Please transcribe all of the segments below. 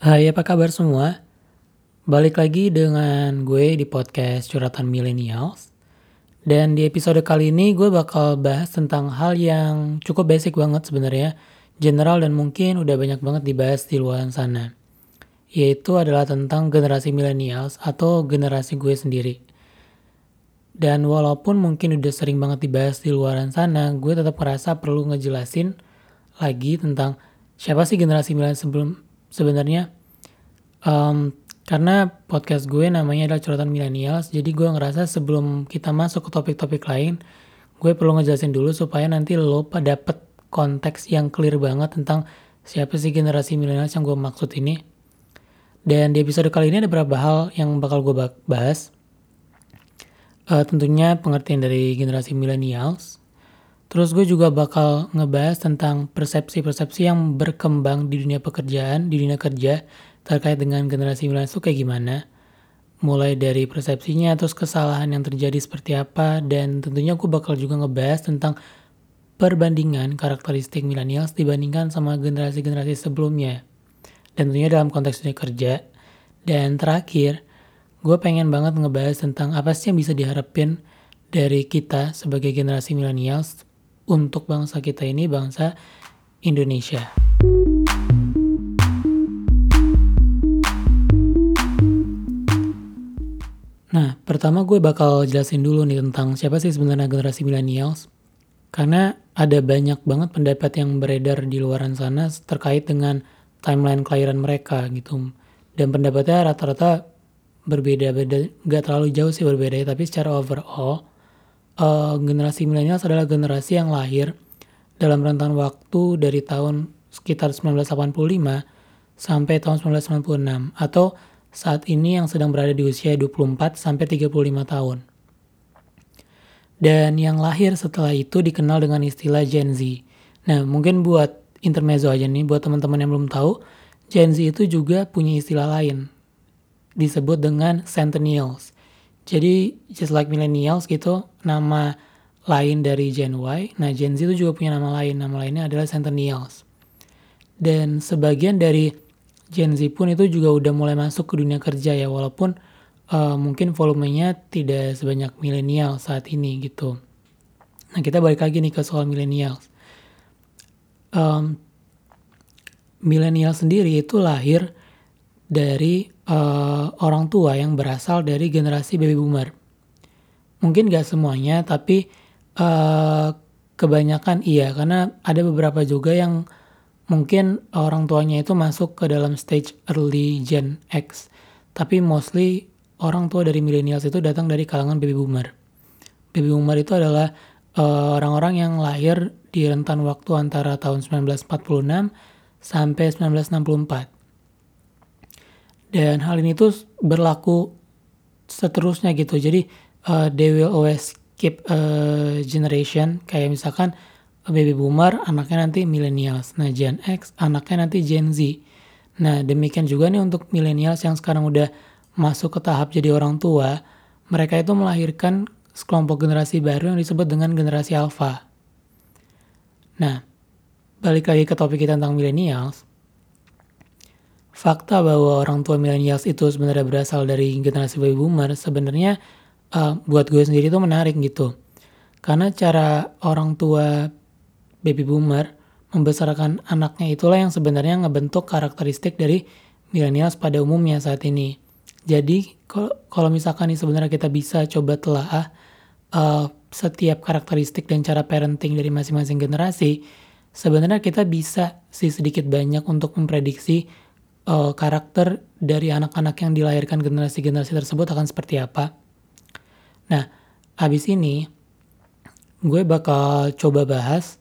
Hai, apa kabar semua? Balik lagi dengan gue di podcast Curhatan Millennials. Dan di episode kali ini gue bakal bahas tentang hal yang cukup basic banget sebenarnya, general dan mungkin udah banyak banget dibahas di luar sana. Yaitu adalah tentang generasi millennials atau generasi gue sendiri. Dan walaupun mungkin udah sering banget dibahas di luaran sana, gue tetap merasa perlu ngejelasin lagi tentang siapa sih generasi millennials sebenarnya. Karena podcast gue namanya adalah Curhatan Millennials, jadi gue ngerasa sebelum kita masuk ke topik-topik lain, gue perlu ngejelasin dulu supaya nanti lo dapet konteks yang clear banget tentang siapa sih generasi millennials yang gue maksud ini. Dan di episode kali ini ada beberapa hal yang bakal gue bahas. Tentunya pengertian dari generasi millennials. Terus gue juga bakal ngebahas tentang persepsi-persepsi yang berkembang di dunia pekerjaan, di dunia kerja, terkait dengan generasi milenial itu kayak gimana. Mulai dari persepsinya, terus kesalahan yang terjadi seperti apa, dan tentunya gue bakal juga ngebahas tentang perbandingan karakteristik millennials dibandingkan sama generasi-generasi sebelumnya. Dan tentunya dalam konteks dunia kerja. Dan terakhir, gue pengen banget ngebahas tentang apa sih yang bisa diharapin dari kita sebagai generasi millennials untuk bangsa kita ini, bangsa Indonesia. Nah, pertama gue bakal jelasin dulu nih tentang siapa sih sebenarnya generasi millennials. Karena ada banyak banget pendapat yang beredar di luaran sana terkait dengan timeline kelahiran mereka gitu. Dan pendapatnya rata-rata berbeda-beda, gak terlalu jauh sih berbeda, tapi secara overall, generasi milenial adalah generasi yang lahir dalam rentan waktu dari tahun sekitar 1985 sampai tahun 1996 atau saat ini yang sedang berada di usia 24 sampai 35 tahun. Dan yang lahir setelah itu dikenal dengan istilah Gen Z. Nah, mungkin buat intermezzo aja nih, buat teman-teman yang belum tahu, Gen Z itu juga punya istilah lain, disebut dengan Centennials. Jadi, just like millennials gitu, nama lain dari Gen Y. Nah, Gen Z itu juga punya nama lain. Nama lainnya adalah Centennials. Dan sebagian dari Gen Z pun itu juga udah mulai masuk ke dunia kerja ya, walaupun mungkin volumenya tidak sebanyak milenial saat ini gitu. Nah, kita balik lagi nih ke soal millennials. Milenial sendiri itu lahir dari orang tua yang berasal dari generasi baby boomer. Mungkin gak semuanya, tapi kebanyakan iya. Karena ada beberapa juga yang mungkin orang tuanya itu masuk ke dalam stage early Gen X. Tapi mostly orang tua dari millennials itu datang dari kalangan baby boomer. Baby boomer itu adalah orang-orang yang lahir di rentan waktu antara tahun 1946 sampai 1964. Dan hal ini tuh berlaku seterusnya gitu. Jadi they will always keep a generation. Kayak misalkan baby boomer anaknya nanti millennials. Nah, Gen X anaknya nanti Gen Z. Nah, demikian juga nih untuk millennials yang sekarang udah masuk ke tahap jadi orang tua. Mereka itu melahirkan sekelompok generasi baru yang disebut dengan generasi alpha. Nah, balik lagi ke topik kita tentang millennials. Fakta bahwa orang tua millennials itu sebenarnya berasal dari generasi baby boomer sebenarnya buat gue sendiri itu menarik gitu. Karena cara orang tua baby boomer membesarkan anaknya itulah yang sebenarnya ngebentuk karakteristik dari millennials pada umumnya saat ini. Jadi kalau misalkan nih sebenarnya kita bisa coba telaah setiap karakteristik dan cara parenting dari masing-masing generasi, sebenarnya kita bisa sih sedikit banyak untuk memprediksi karakter dari anak-anak yang dilahirkan generasi-generasi tersebut akan seperti apa. Nah, abis ini gue bakal coba bahas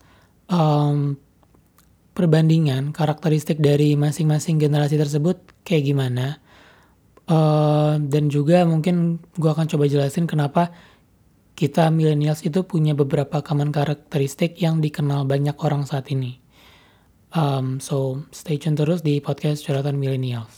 perbandingan karakteristik dari masing-masing generasi tersebut kayak gimana. Dan juga mungkin gue akan coba jelasin kenapa kita millennials itu punya beberapa common karakteristik yang dikenal banyak orang saat ini. So stay tune terus di podcast Curhatan Millennials.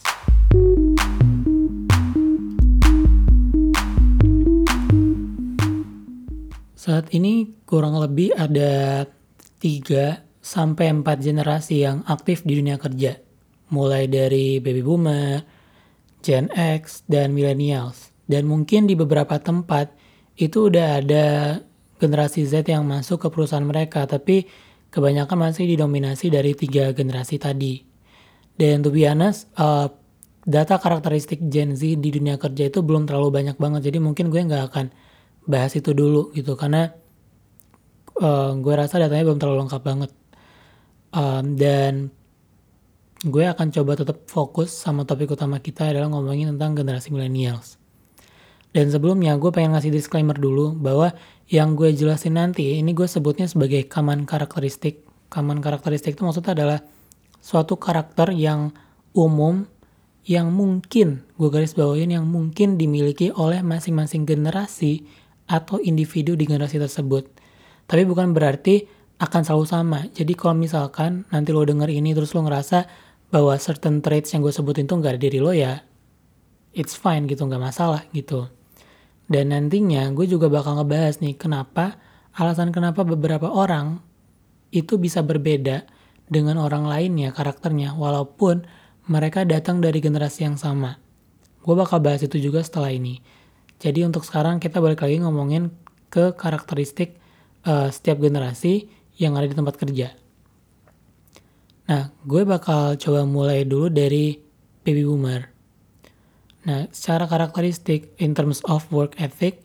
Saat ini kurang lebih ada 3-4 generasi yang aktif di dunia kerja. mulai dari baby boomer, Gen X, dan millennials. Dan mungkin di beberapa tempat itu udah ada generasi Z yang masuk ke perusahaan mereka, tapi kebanyakan masih didominasi dari 3 generasi tadi. Dan to be honest, data karakteristik Gen Z di dunia kerja itu belum terlalu banyak banget, jadi mungkin gue nggak akan bahas itu dulu gitu, karena gue rasa datanya belum terlalu lengkap banget. Dan gue akan coba tetap fokus sama topik utama kita adalah ngomongin tentang generasi millennials. Dan sebelumnya gue pengen ngasih disclaimer dulu bahwa yang gue jelasin nanti ini gue sebutnya sebagai common karakteristik. Common karakteristik itu maksudnya adalah suatu karakter yang umum yang mungkin, gue garis bawahin, yang mungkin dimiliki oleh masing-masing generasi atau individu di generasi tersebut. Tapi bukan berarti akan selalu sama. Jadi kalau misalkan nanti lo denger ini terus lo ngerasa bahwa certain traits yang gue sebutin tuh gak ada diri lo, ya it's fine gitu, gak masalah gitu. Dan nantinya gue juga bakal ngebahas nih alasan kenapa beberapa orang itu bisa berbeda dengan orang lainnya karakternya walaupun mereka datang dari generasi yang sama. Gue bakal bahas itu juga setelah ini. Jadi untuk sekarang kita balik lagi ngomongin ke karakteristik setiap generasi yang ada di tempat kerja. Nah, gue bakal coba mulai dulu dari baby boomer. Nah, secara karakteristik in terms of work ethic,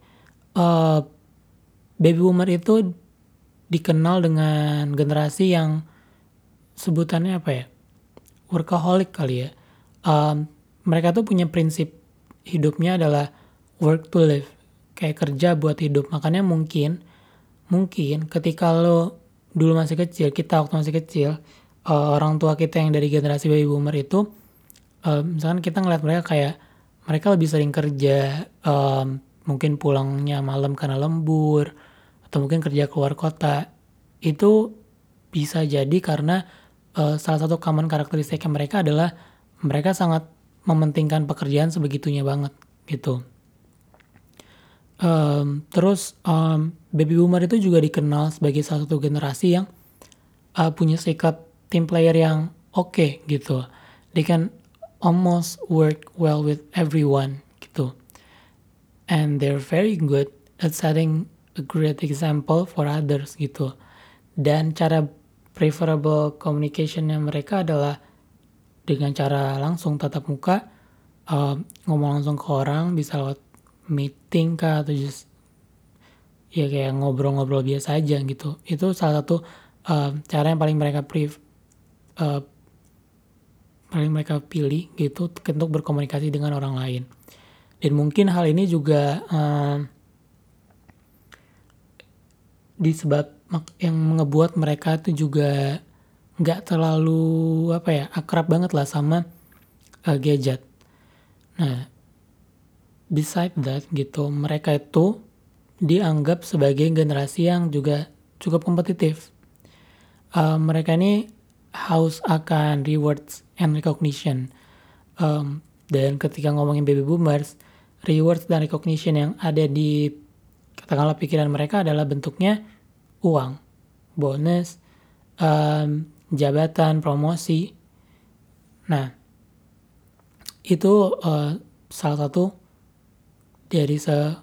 baby boomer itu dikenal dengan generasi yang sebutannya apa ya? Workaholic kali ya. Mereka tuh punya prinsip hidupnya adalah work to live, kayak kerja buat hidup. Makanya mungkin ketika lo dulu masih kecil, kita waktu masih kecil, orang tua kita yang dari generasi baby boomer itu, misalkan kita ngeliat mereka lebih sering kerja, mungkin pulangnya malam karena lembur, atau mungkin kerja keluar kota. Itu bisa jadi karena salah satu common karakteristiknya mereka adalah mereka sangat mementingkan pekerjaan sebegitunya banget gitu. Terus baby boomer itu juga dikenal sebagai salah satu generasi yang punya sikap team player yang oke gitu. They can almost work well with everyone gitu. And they're very good at setting a great example for others gitu. Dan cara preferable communication-nya mereka adalah dengan cara langsung tatap muka, ngomong langsung ke orang, bisa lewat meeting kah atau just ya kayak ngobrol-ngobrol biasa aja gitu. Itu salah satu cara yang paling mereka pilih gitu untuk berkomunikasi dengan orang lain. Dan mungkin hal ini juga yang ngebuat mereka tuh juga nggak terlalu akrab banget lah sama gadget. Nah, beside that gitu, mereka itu dianggap sebagai generasi yang juga cukup kompetitif. Mereka ini haus akan rewards and recognition. Dan ketika ngomongin baby boomers, rewards dan recognition yang ada di katakanlah pikiran mereka adalah bentuknya uang, bonus, jabatan, promosi. Nah, itu salah satu dari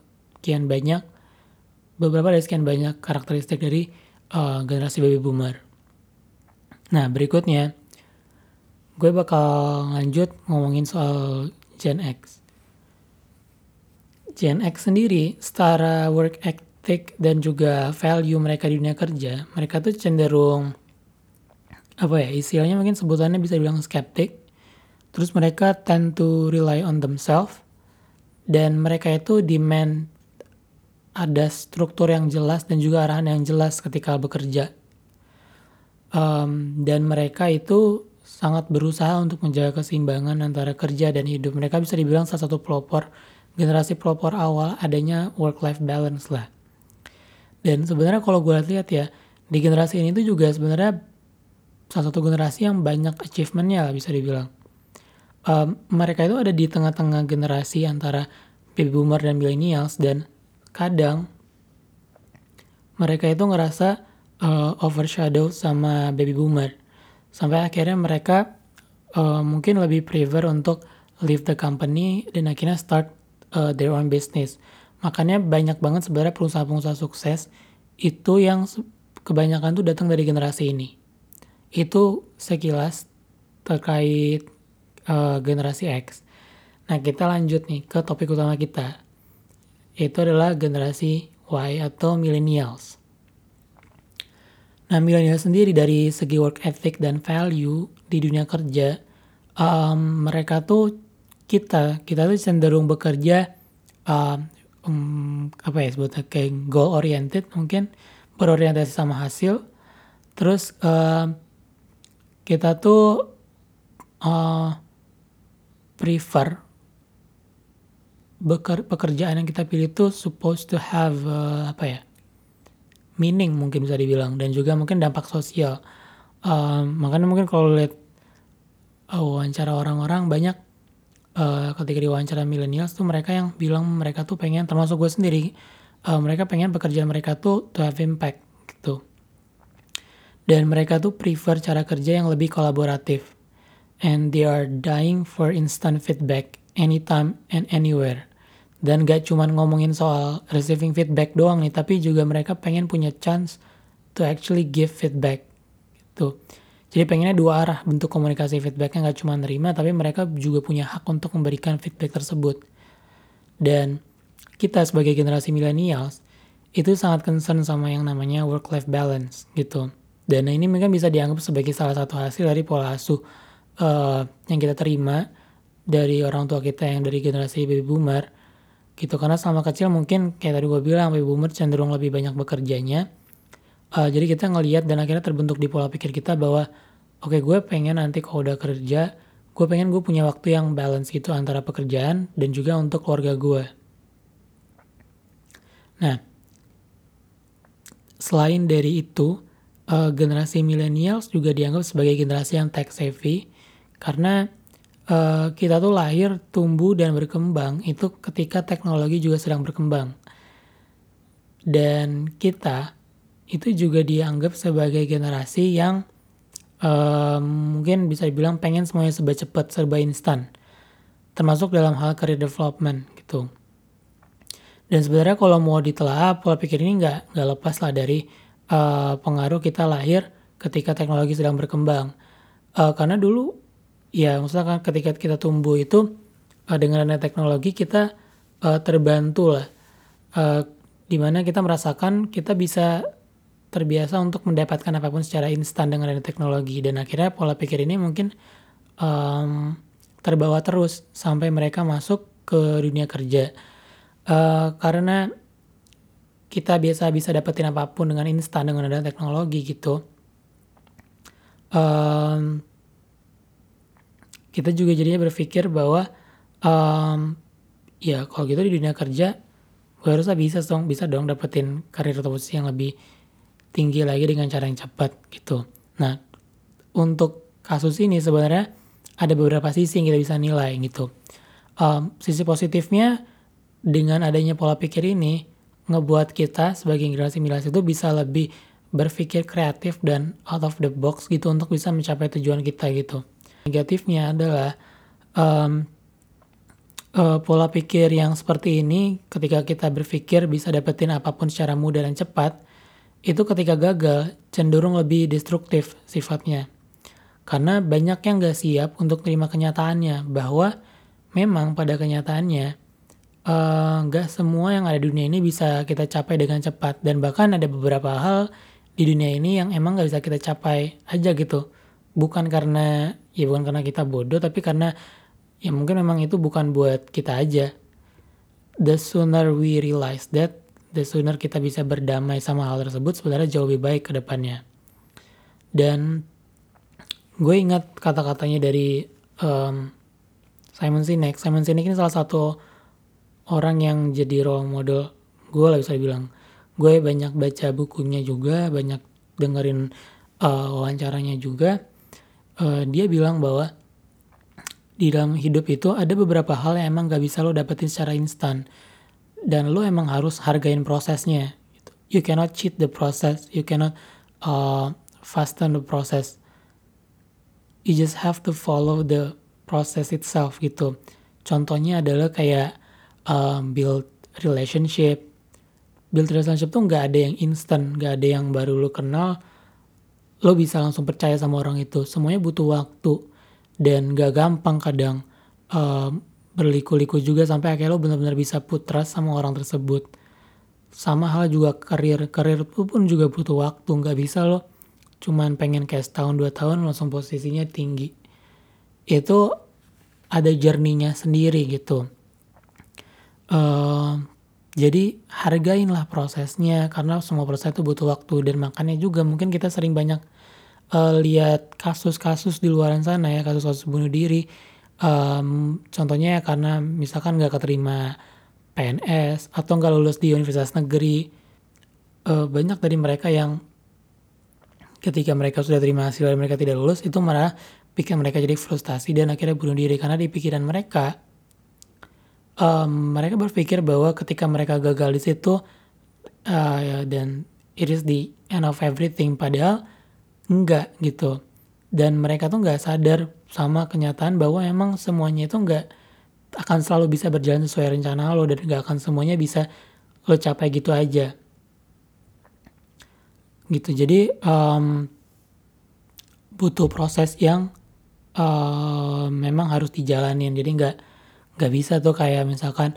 beberapa dari sekian banyak karakteristik dari generasi baby boomer. Nah, berikutnya gue bakal lanjut ngomongin soal Gen X. Gen X sendiri secara work ethic dan juga value mereka di dunia kerja, mereka tuh cenderung istilahnya mungkin sebutannya bisa dibilang skeptik. Terus mereka tend to rely on themselves, dan mereka itu demand ada struktur yang jelas dan juga arahan yang jelas ketika bekerja. Dan mereka itu sangat berusaha untuk menjaga keseimbangan antara kerja dan hidup. Mereka bisa dibilang salah satu generasi pelopor awal adanya work-life balance lah. Dan sebenarnya kalau gue lihat ya, di generasi ini tuh juga sebenarnya salah satu generasi yang banyak achievement-nya lah bisa dibilang. Mereka itu ada di tengah-tengah generasi antara baby boomer dan millennials, dan kadang mereka itu ngerasa overshadow sama baby boomer, sampai akhirnya mereka mungkin lebih prefer untuk leave the company dan akhirnya start their own business. Makanya banyak banget sebenarnya pengusaha-pengusaha sukses itu yang kebanyakan tuh datang dari generasi ini. Itu sekilas terkait generasi X. Nah, kita lanjut nih ke topik utama kita. Itu adalah generasi Y atau millennials. Nah, millennials sendiri dari segi work ethic dan value di dunia kerja, mereka tuh kita tuh cenderung bekerja apa ya sebutnya, kayak goal oriented, mungkin berorientasi sama hasil. Terus kita tuh prefer pekerjaan yang kita pilih tuh supposed to have meaning, mungkin bisa dibilang, dan juga mungkin dampak sosial. Makanya mungkin kalau lihat wawancara orang-orang banyak ketika diwawancara millennials tuh mereka yang bilang mereka tuh pengen, termasuk gue sendiri, mereka pengen pekerjaan mereka tuh to have impact gitu. Dan mereka tuh prefer cara kerja yang lebih kolaboratif. And they are dying for instant feedback anytime and anywhere. Dan gak cuman ngomongin soal receiving feedback doang nih, tapi juga mereka pengen punya chance to actually give feedback gitu. Jadi pengennya dua arah bentuk komunikasi feedbacknya, gak cuma nerima, tapi mereka juga punya hak untuk memberikan feedback tersebut. Dan kita sebagai generasi millennials itu sangat concern sama yang namanya work-life balance gitu. Dan ini mungkin bisa dianggap sebagai salah satu hasil dari pola asuh yang kita terima dari orang tua kita yang dari generasi baby boomer gitu. Karena selama kecil mungkin kayak tadi gue bilang, baby boomer cenderung lebih banyak bekerjanya. Jadi kita ngelihat dan akhirnya terbentuk di pola pikir kita bahwa oke, gue pengen nanti kalau udah kerja, gue pengen gue punya waktu yang balance gitu antara pekerjaan dan juga untuk keluarga gue. Nah, selain dari itu, generasi millennials juga dianggap sebagai generasi yang tech savvy karena kita tuh lahir, tumbuh, dan berkembang itu ketika teknologi juga sedang berkembang. Dan kita itu juga dianggap sebagai generasi yang mungkin bisa dibilang pengen semuanya serba cepat, serba instan. Termasuk dalam hal career development gitu. Dan sebenarnya kalau mau ditelaah, pola pikir ini nggak lepas lah dari pengaruh kita lahir ketika teknologi sedang berkembang. Karena dulu ya maksudnya kan ketika kita tumbuh itu dengan adanya teknologi kita terbantu lah, dimana kita merasakan kita bisa terbiasa untuk mendapatkan apapun secara instan dengan adanya teknologi, dan akhirnya pola pikir ini mungkin terbawa terus sampai mereka masuk ke dunia kerja, karena kita biasa bisa dapetin apapun dengan instan dengan adanya teknologi gitu. Kita juga jadinya berpikir bahwa ya kalau gitu di dunia kerja gue harusnya bisa dong dapetin karir atau posisi yang lebih tinggi lagi dengan cara yang cepat gitu. Nah, untuk kasus ini sebenarnya ada beberapa sisi yang kita bisa nilai gitu. Sisi positifnya, dengan adanya pola pikir ini ngebuat kita sebagai generasi milenial itu bisa lebih berpikir kreatif dan out of the box gitu untuk bisa mencapai tujuan kita gitu. Negatifnya adalah pola pikir yang seperti ini, ketika kita berpikir bisa dapetin apapun secara mudah dan cepat, itu ketika gagal cenderung lebih destruktif sifatnya. Karena banyak yang gak siap untuk terima kenyataannya bahwa memang pada kenyataannya gak semua yang ada di dunia ini bisa kita capai dengan cepat, dan bahkan ada beberapa hal di dunia ini yang emang gak bisa kita capai aja gitu. Bukan karena kita bodoh, tapi karena ya mungkin memang itu bukan buat kita aja. The sooner we realize that, the sooner kita bisa berdamai sama hal tersebut, sebenarnya jauh lebih baik ke depannya. Dan gue ingat kata-katanya dari Simon Sinek. Simon Sinek ini salah satu orang yang jadi role model gue lah bisa dibilang. Gue banyak baca bukunya juga, banyak dengerin wawancaranya juga. Dia bilang bahwa di dalam hidup itu ada beberapa hal yang emang gak bisa lo dapetin secara instan, dan lo emang harus hargain prosesnya gitu. You cannot cheat the process, you cannot fasten the process. you just have to follow the process itself gitu. Contohnya adalah kayak build relationship. Build relationship tuh nggak ada yang instant, nggak ada yang baru lo kenal lo bisa langsung percaya sama orang itu. Semuanya butuh waktu dan gak gampang kadang, berliku-liku juga sampai akhirnya lo benar-benar bisa put trust sama orang tersebut. Sama hal juga karir itu pun juga butuh waktu, nggak bisa lo cuman pengen kayak setahun 2 tahun langsung posisinya tinggi. Itu ada journey-nya sendiri gitu. Jadi hargainlah prosesnya karena semua proses itu butuh waktu, dan makanya juga mungkin kita sering banyak lihat kasus-kasus di luaran sana ya, kasus-kasus bunuh diri. Contohnya ya karena misalkan nggak keterima PNS atau nggak lulus di universitas negeri. Banyak dari mereka yang ketika mereka sudah terima hasil dan mereka tidak lulus, itu malah bikin mereka jadi frustasi dan akhirnya bunuh diri karena di pikiran mereka mereka berpikir bahwa ketika mereka gagal di situ dan it is the end of everything, padahal enggak gitu. Dan mereka tuh nggak sadar sama kenyataan bahwa emang semuanya itu nggak akan selalu bisa berjalan sesuai rencana lo, dan nggak akan semuanya bisa lo capai gitu aja gitu. Jadi butuh proses yang memang harus dijalanin. Jadi nggak bisa tuh kayak misalkan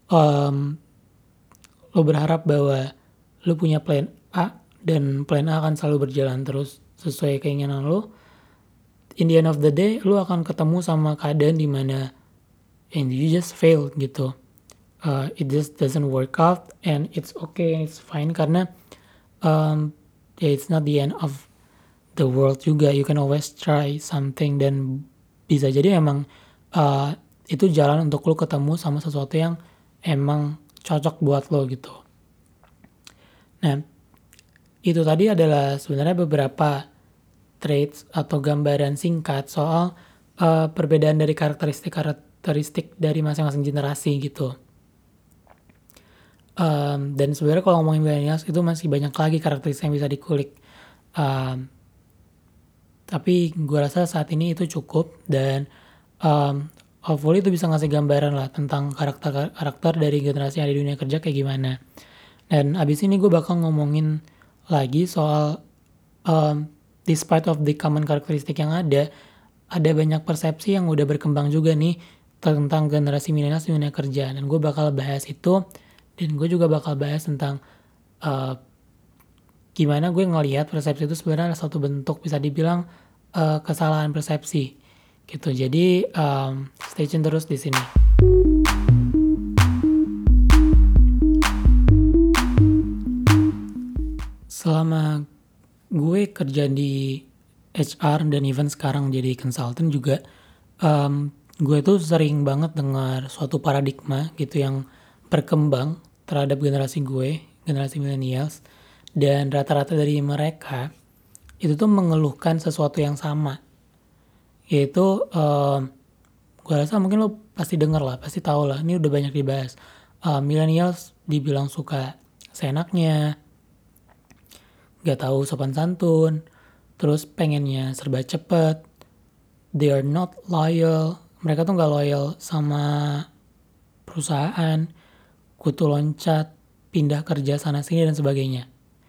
lo berharap bahwa lo punya plan A dan plan A akan selalu berjalan terus sesuai keinginan lo. In the end of the day lo akan ketemu sama keadaan dimana and you just fail gitu. It just doesn't work out and it's okay, it's fine karena it's not the end of the world juga. You can always try something dan bisa jadi emang itu jalan untuk lo ketemu sama sesuatu yang emang cocok buat lo gitu. Nah, itu tadi adalah sebenarnya beberapa traits atau gambaran singkat soal perbedaan dari karakteristik dari masing-masing generasi gitu. Dan sebenarnya kalau ngomongin millennials itu masih banyak lagi karakteristik yang bisa dikulik. Tapi gue rasa saat ini itu cukup dan hopefully itu bisa ngasih gambaran lah tentang karakter dari generasi yang ada di dunia kerja kayak gimana. Dan abis ini gue bakal ngomongin lagi soal despite of the common karakteristik yang ada banyak persepsi yang udah berkembang juga nih tentang generasi milenial di dunia kerja. Dan gue bakal bahas itu, dan gue juga bakal bahas tentang gimana gue ngelihat persepsi itu sebenarnya adalah satu bentuk bisa dibilang kesalahan persepsi gitu. Jadi stay tune terus di sini. Selama gue kerja di HR dan even sekarang jadi consultant juga, gue tuh sering banget dengar suatu paradigma gitu yang berkembang terhadap generasi gue, generasi millennials, dan rata-rata dari mereka itu tuh mengeluhkan sesuatu yang sama, yaitu gue rasa mungkin lo pasti denger lah, pasti tahu lah, ini udah banyak dibahas. Millennials dibilang suka seenaknya, gak tahu sopan santun, terus pengennya serba cepet, they are not loyal, mereka tuh gak loyal sama perusahaan, kutu loncat, pindah kerja sana sini dan sebagainya.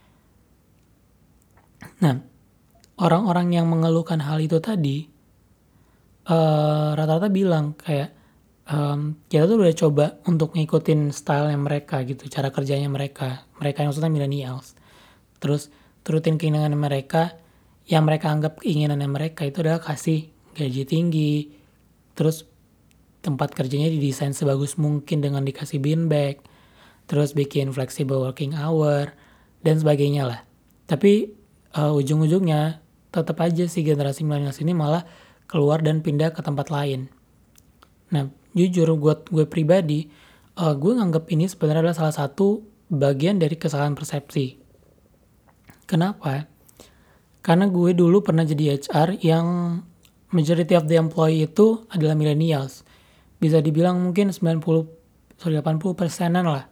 Nah, orang-orang yang mengeluhkan hal itu tadi rata-rata bilang kayak kita tuh udah coba untuk ngikutin style yang mereka gitu, cara kerjanya mereka yang maksudnya millennials, terus turutin keinginan mereka, yang mereka anggap keinginannya mereka itu adalah kasih gaji tinggi, terus tempat kerjanya didesain sebagus mungkin dengan dikasih bean bag, terus bikin flexible working hour dan sebagainya lah. Tapi ujung-ujungnya tetap aja si generasi millennials ini malah keluar dan pindah ke tempat lain. Nah, jujur gue pribadi, gue nganggap ini sebenarnya adalah salah satu bagian dari kesalahan persepsi. Kenapa? Karena gue dulu pernah jadi HR yang majority of the employee itu adalah millennials. Bisa dibilang mungkin 80%-an lah.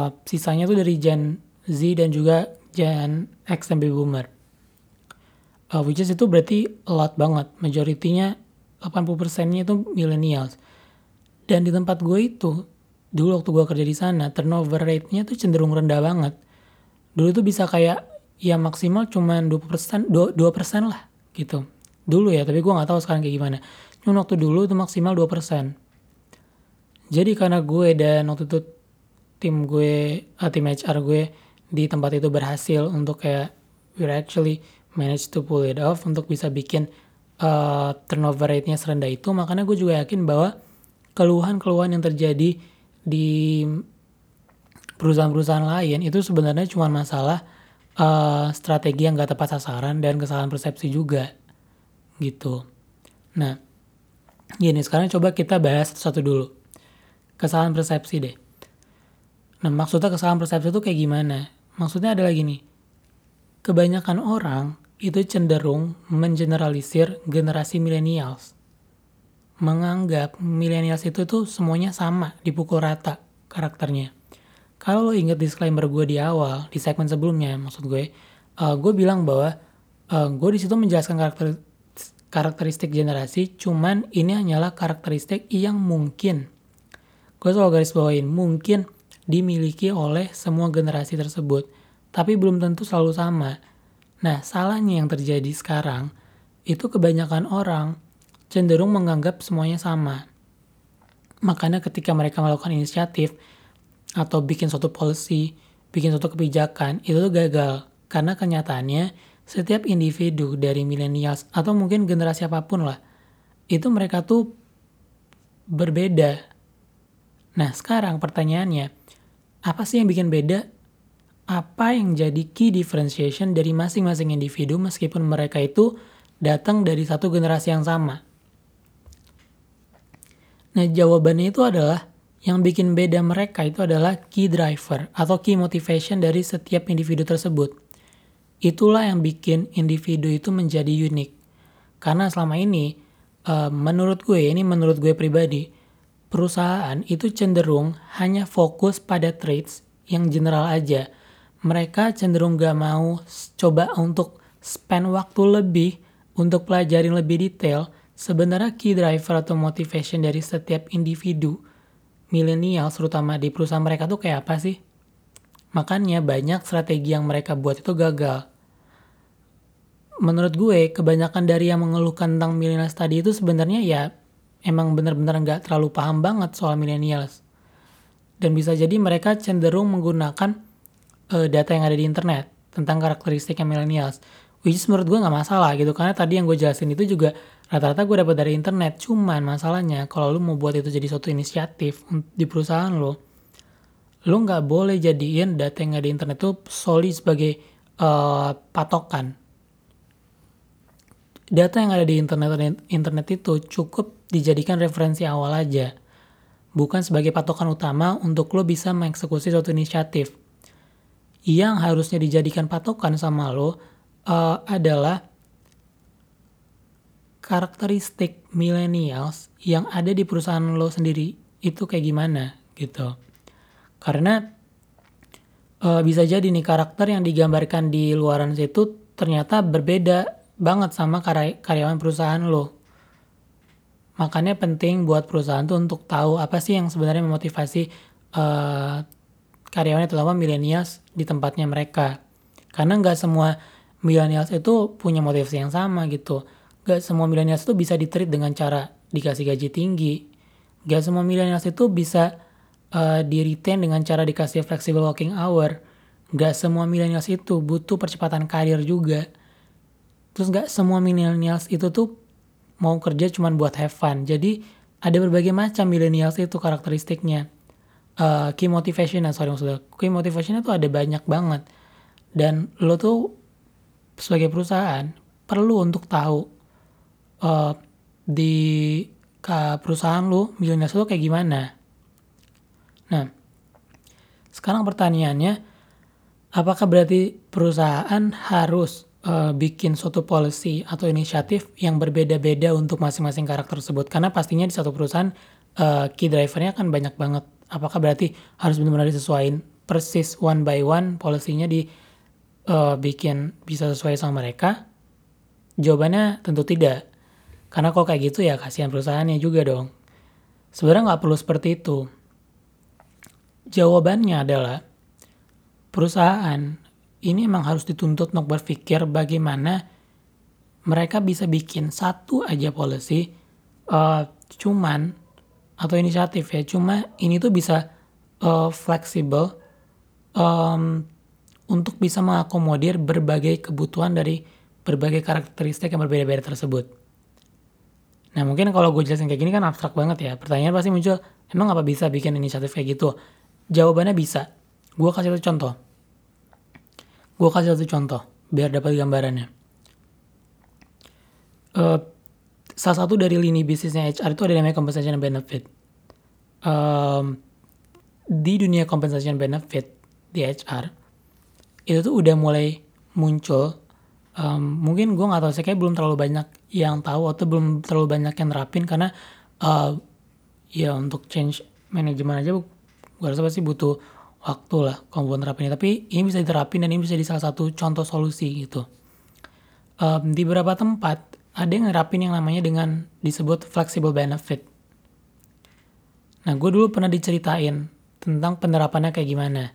Sisanya tuh dari Gen Z dan juga Gen X dan Baby Boomer. which is itu berarti a lot banget. Majoritinya 80%-nya itu millennials. Dan di tempat gue itu, dulu waktu gue kerja di sana, turnover rate-nya tuh cenderung rendah banget. Dulu tuh bisa kayak ya maksimal cuma 2%, 2% lah gitu. Dulu ya, tapi gue gak tahu sekarang kayak gimana. Cuma waktu dulu itu maksimal 2%. Jadi karena gue dan waktu itu tim HR gue di tempat itu berhasil untuk kayak we actually managed to pull it off untuk bisa bikin turnover rate-nya serendah itu. Makanya gue juga yakin bahwa keluhan-keluhan yang terjadi di perusahaan-perusahaan lain itu sebenarnya cuma masalah strategi yang gak tepat sasaran dan kesalahan persepsi juga gitu. Nah, gini, sekarang coba kita bahas satu-satu dulu. Kesalahan persepsi deh. Nah, maksudnya kesalahan persepsi itu kayak gimana? Maksudnya adalah gini, kebanyakan orang itu cenderung mengeneralisir generasi millennials. Menganggap millennials itu tuh semuanya sama, dipukul rata karakternya. Kalau lo inget disclaimer gue di awal, di segmen sebelumnya, maksud gue bilang bahwa gue di situ menjelaskan karakteristik generasi, cuman ini hanyalah karakteristik yang mungkin, gue selalu garis bawain, mungkin dimiliki oleh semua generasi tersebut, tapi belum tentu selalu sama. Nah, salahnya yang terjadi sekarang, itu kebanyakan orang cenderung menganggap semuanya sama. Makanya ketika mereka melakukan inisiatif, atau bikin suatu policy, bikin suatu kebijakan, itu tuh gagal. Karena kenyataannya, setiap individu dari millennials, atau mungkin generasi apapun lah, itu mereka tuh berbeda. Nah, sekarang pertanyaannya, apa sih yang bikin beda? Apa yang jadi key differentiation dari masing-masing individu meskipun mereka itu datang dari satu generasi yang sama? Nah, jawabannya itu adalah yang bikin beda mereka itu adalah key driver atau key motivation dari setiap individu tersebut. Itulah yang bikin individu itu menjadi unik. Karena selama ini, menurut gue pribadi, perusahaan itu cenderung hanya fokus pada traits yang general aja. Mereka cenderung gak mau coba untuk spend waktu lebih untuk pelajarin lebih detail sebenarnya key driver atau motivation dari setiap individu milenial terutama di perusahaan mereka tuh kayak apa sih? Makanya banyak strategi yang mereka buat itu gagal. Menurut gue, kebanyakan dari yang mengeluhkan tentang millennials tadi itu sebenarnya ya emang benar-benar nggak terlalu paham banget soal millennials. Dan bisa jadi mereka cenderung menggunakan data yang ada di internet tentang karakteristiknya millennials. Which is menurut gue nggak masalah gitu, karena tadi yang gue jelasin itu juga rata-rata gue dapat dari internet. Cuman masalahnya kalau lu mau buat itu jadi suatu inisiatif di perusahaan lo nggak boleh jadiin data yang ada di internet itu solely sebagai patokan. Data yang ada di internet itu cukup dijadikan referensi awal aja, bukan sebagai patokan utama untuk lo bisa mengeksekusi suatu inisiatif. Yang harusnya dijadikan patokan sama lo adalah karakteristik millennials yang ada di perusahaan lo sendiri itu kayak gimana gitu. Karena bisa jadi nih karakter yang digambarkan di luaran situ ternyata berbeda banget sama karyawan perusahaan lo. Makanya penting buat perusahaan tuh untuk tahu apa sih yang sebenarnya memotivasi karyawannya terutama millennials di tempatnya mereka. Karena nggak semua millennials itu punya motivasi yang sama gitu. Nggak semua millennials itu bisa di-treat dengan cara dikasih gaji tinggi. Nggak semua millennials itu bisa di-retain dengan cara dikasih flexible working hour. Nggak semua millennials itu butuh percepatan karir juga. Terus nggak semua millennials itu tuh mau kerja cuma buat have fun. Jadi ada berbagai macam millennials itu karakteristiknya. Key motivation tuh ada banyak banget. Dan lo tuh sebagai perusahaan perlu untuk tahu di perusahaan lo millennials lo kayak gimana. Nah, sekarang pertanyaannya, apakah berarti perusahaan harus bikin suatu policy atau inisiatif yang berbeda-beda untuk masing-masing karakter tersebut? Karena pastinya di satu perusahaan key drivernya kan banyak banget. Apakah berarti harus benar-benar disesuaikan persis one by one policy-nya bikin bisa sesuai sama mereka? Jawabannya tentu tidak. Karena kalau kayak gitu ya kasihan perusahaannya juga dong. Sebenarnya nggak perlu seperti itu. Jawabannya adalah perusahaan ini emang harus dituntut untuk berpikir bagaimana mereka bisa bikin satu aja policy cuman atau inisiatif ya, cuma ini tuh bisa fleksibel untuk bisa mengakomodir berbagai kebutuhan dari berbagai karakteristik yang berbeda-beda tersebut. Nah mungkin kalau gue jelasin kayak gini kan abstrak banget ya. Pertanyaan pasti muncul, emang apa bisa bikin inisiatif kayak gitu? Jawabannya bisa. Gue kasih satu contoh biar dapat gambarannya. Salah satu dari lini bisnisnya HR itu ada namanya compensation and benefit. Di dunia compensation benefit di HR itu tuh udah mulai muncul. Mungkin gue nggak tahu sih, kayak belum terlalu banyak yang tahu atau belum terlalu banyak yang nerapin karena ya untuk change management aja gue rasa pasti butuh waktu lah kalau buat nerapin ini. Tapi ini bisa diterapin dan ini bisa jadi salah satu contoh solusi gitu. Di beberapa tempat ada yang nerapin yang namanya dengan disebut flexible benefit. Nah gue dulu pernah diceritain tentang penerapannya kayak gimana.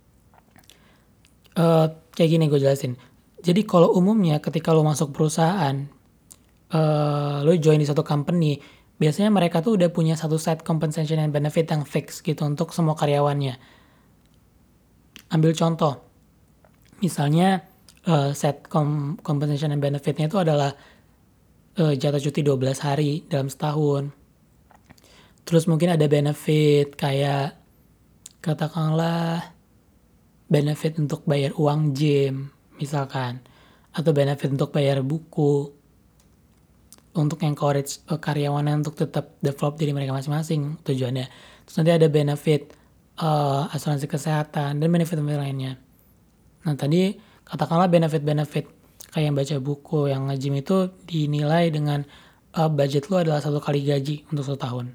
Kayak gini gue jelasin. Jadi kalau umumnya ketika lo masuk perusahaan, lo join di satu company, biasanya mereka tuh udah punya satu set compensation and benefit yang fix gitu untuk semua karyawannya. Ambil contoh, misalnya set compensation and benefitnya itu adalah jatah cuti 12 hari dalam setahun. Terus mungkin ada benefit kayak katakanlah benefit untuk bayar uang gym misalkan, atau benefit untuk bayar buku, untuk encourage karyawannya untuk tetap develop diri mereka masing-masing tujuannya. Terus nanti ada benefit asuransi kesehatan dan benefit lainnya. Nah tadi katakanlah benefit kayak yang baca buku, yang nge-gym itu dinilai dengan budget lu adalah 1 kali gaji untuk 1 tahun.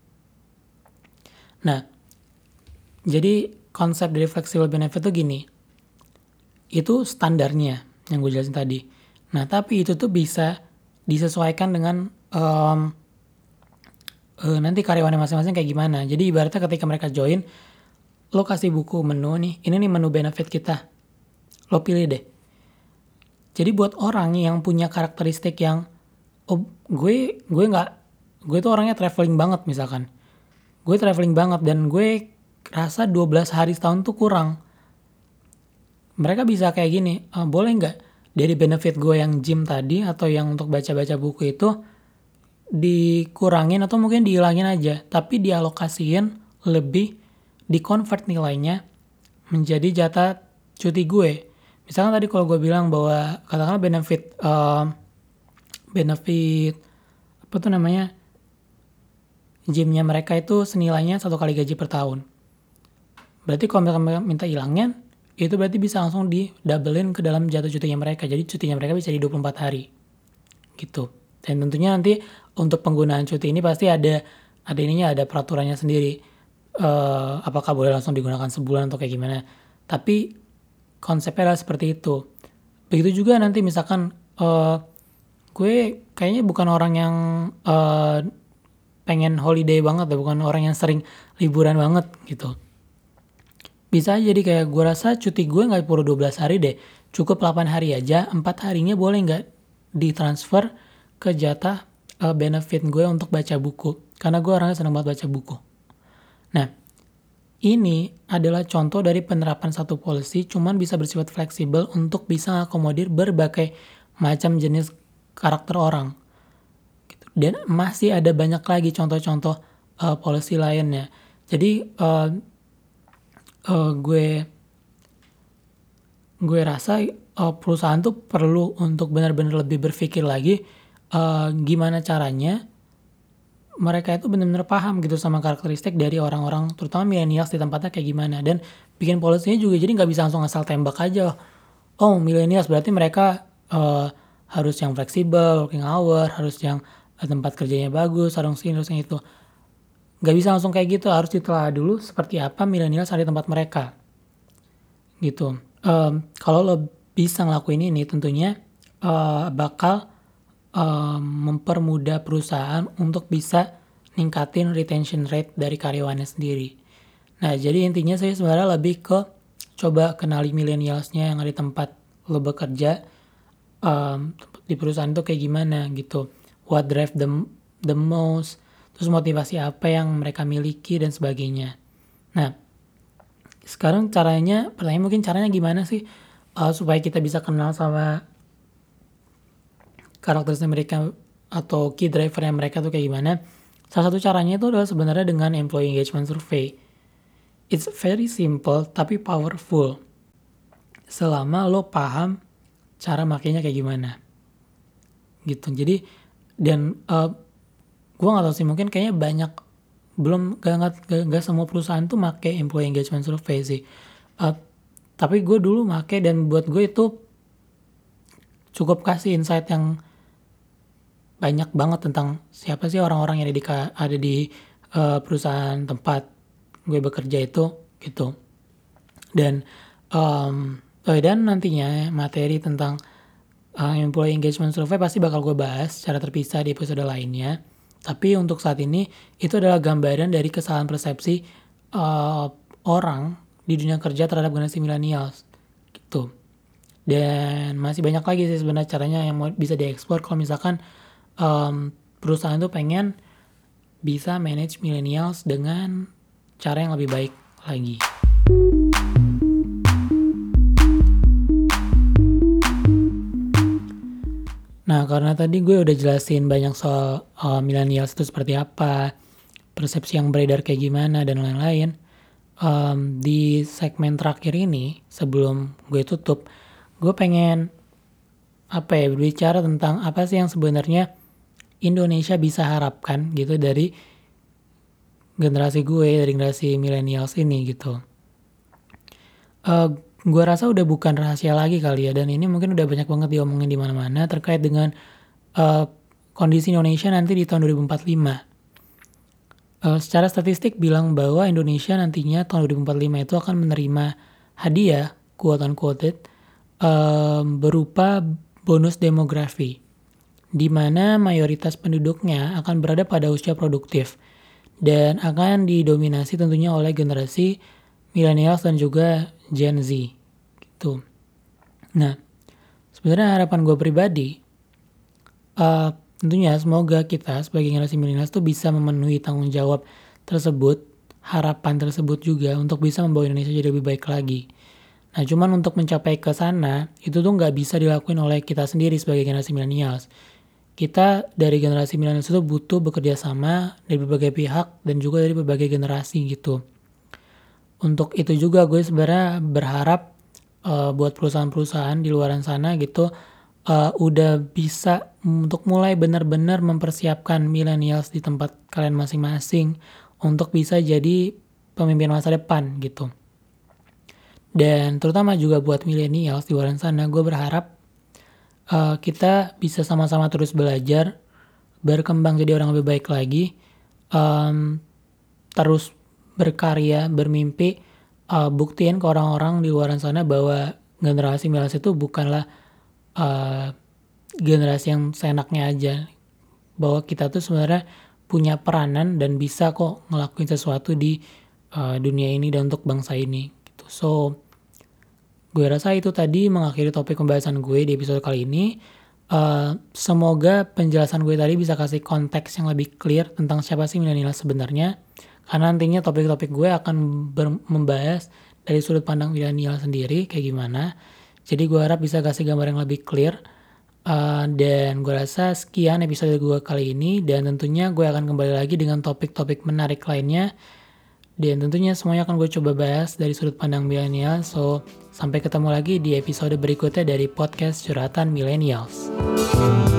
Nah jadi konsep dari flexible benefit tuh gini, itu standarnya yang gue jelasin tadi. Nah tapi itu tuh bisa disesuaikan dengan nanti karyawannya masing-masing kayak gimana. Jadi ibaratnya ketika mereka join, lo kasih buku menu nih, ini nih menu benefit kita, lo pilih deh. Jadi buat orang yang punya karakteristik yang gue tuh orangnya traveling banget misalkan, gue traveling banget dan gue rasa 12 hari setahun tuh kurang. Mereka bisa kayak gini, boleh nggak dari benefit gue yang gym tadi atau yang untuk baca-baca buku itu dikurangin atau mungkin dihilangin aja, tapi dialokasiin lebih, di-convert nilainya menjadi jatah cuti gue. Misalnya tadi kalau gue bilang bahwa katakanlah benefit apa tuh namanya, gymnya mereka itu senilainya 1 kali gaji per tahun. Berarti kalau mereka minta hilangin, itu berarti bisa langsung di-doublein ke dalam jatuh cutinya mereka. Jadi cutinya mereka bisa di 24 hari. Gitu. Dan tentunya nanti untuk penggunaan cuti ini pasti ada peraturannya sendiri. Apakah boleh langsung digunakan sebulan atau kayak gimana. Tapi konsepnya adalah seperti itu. Begitu juga nanti misalkan gue kayaknya bukan orang yang pengen holiday banget, bukan orang yang sering liburan banget gitu. Bisa jadi kayak gue rasa cuti gue gak perlu 12 hari deh, cukup 8 hari aja, 4 harinya boleh gak ditransfer ke jatah benefit gue untuk baca buku, karena gue orangnya senang banget baca buku. Nah ini adalah contoh dari penerapan satu policy cuman bisa bersifat fleksibel untuk bisa mengakomodir berbagai macam jenis karakter orang gitu. Dan masih ada banyak lagi contoh-contoh policy lainnya. Jadi gue rasa perusahaan tuh perlu untuk benar-benar lebih berpikir lagi gimana caranya mereka itu benar-benar paham gitu sama karakteristik dari orang-orang terutama millennials di tempatnya kayak gimana, dan bikin polisinya juga jadi nggak bisa langsung asal tembak aja. Oh millennials berarti mereka harus yang fleksibel, working hour, harus yang tempat kerjanya bagus, harus ini, harus yang itu. Gak bisa langsung kayak gitu, harus ditelaah dulu seperti apa milenial di tempat mereka gitu. Kalau lo bisa ngelakuin ini tentunya bakal mempermudah perusahaan untuk bisa ningkatin retention rate dari karyawannya sendiri. Nah, jadi intinya saya sebenarnya lebih ke coba kenali millennials-nya yang ada di tempat lo bekerja, di perusahaan itu kayak gimana gitu. What drive them the most, terus motivasi apa yang mereka miliki dan sebagainya. Nah, sekarang pertanyaan mungkin caranya gimana sih supaya kita bisa kenal sama karakteristik mereka atau key drivernya mereka tuh kayak gimana. Salah satu caranya itu adalah sebenarnya dengan employee engagement survey. It's very simple tapi powerful. Selama lo paham cara makainya kayak gimana. Gitu. Jadi dan gue gak tahu sih, mungkin kayaknya banyak gak semua perusahaan tuh make employee engagement survey sih. Tapi gue dulu make dan buat gue itu cukup kasih insight yang banyak banget tentang siapa sih orang-orang yang ada di perusahaan tempat gue bekerja itu gitu. Dan nantinya materi tentang employee engagement survey pasti bakal gue bahas secara terpisah di episode lainnya. Tapi untuk saat ini itu adalah gambaran dari kesalahan persepsi orang di dunia kerja terhadap generasi millennials gitu. Dan masih banyak lagi sih sebenarnya caranya yang bisa dieksplor kalau misalkan perusahaan tuh pengen bisa manage millennials dengan cara yang lebih baik lagi. Nah, karena tadi gue udah jelasin banyak soal millennials itu seperti apa, persepsi yang beredar kayak gimana, dan lain-lain. Di segmen terakhir ini, sebelum gue tutup, gue pengen berbicara tentang apa sih yang sebenarnya Indonesia bisa harapkan gitu dari generasi gue, dari generasi millennials ini gitu. Gue rasa udah bukan rahasia lagi kali ya, dan ini mungkin udah banyak banget diomongin di mana-mana terkait dengan kondisi Indonesia nanti di tahun 2045. Secara statistik bilang bahwa Indonesia nantinya tahun 2045 itu akan menerima hadiah, quote unquote, berupa bonus demografi, di mana mayoritas penduduknya akan berada pada usia produktif dan akan didominasi tentunya oleh generasi millennials dan juga Gen Z gitu. Nah, sebenarnya harapan gue pribadi tentunya semoga kita sebagai generasi millennials tuh bisa memenuhi tanggung jawab tersebut, harapan tersebut juga untuk bisa membawa Indonesia jadi lebih baik lagi. Nah, cuman untuk mencapai ke sana itu tuh nggak bisa dilakuin oleh kita sendiri sebagai generasi millennials. Kita dari generasi millennials itu butuh bekerja sama dari berbagai pihak dan juga dari berbagai generasi gitu. Untuk itu juga gue sebenarnya berharap buat perusahaan-perusahaan di luaran sana gitu udah bisa untuk mulai benar-benar mempersiapkan millennials di tempat kalian masing-masing untuk bisa jadi pemimpin masa depan gitu. Dan terutama juga buat millennials di luaran sana, gue berharap kita bisa sama-sama terus belajar, berkembang jadi orang lebih baik lagi, terus berkarya, bermimpi, buktiin ke orang-orang di luar sana bahwa generasi milenials itu bukanlah generasi yang seenaknya aja, bahwa kita tuh sebenarnya punya peranan dan bisa kok ngelakuin sesuatu di dunia ini dan untuk bangsa ini gitu. So gue rasa itu tadi mengakhiri topik pembahasan gue di episode kali ini. Semoga penjelasan gue tadi bisa kasih konteks yang lebih clear tentang siapa sih milenial sebenarnya. Karena nantinya topik-topik gue akan membahas dari sudut pandang milenial sendiri kayak gimana. Jadi gue harap bisa kasih gambar yang lebih clear. Dan gue rasa sekian episode gue kali ini. Dan tentunya gue akan kembali lagi dengan topik-topik menarik lainnya. Dan tentunya semuanya akan gue coba bahas dari sudut pandang milenial. So, sampai ketemu lagi di episode berikutnya dari podcast Curhatan Millennials.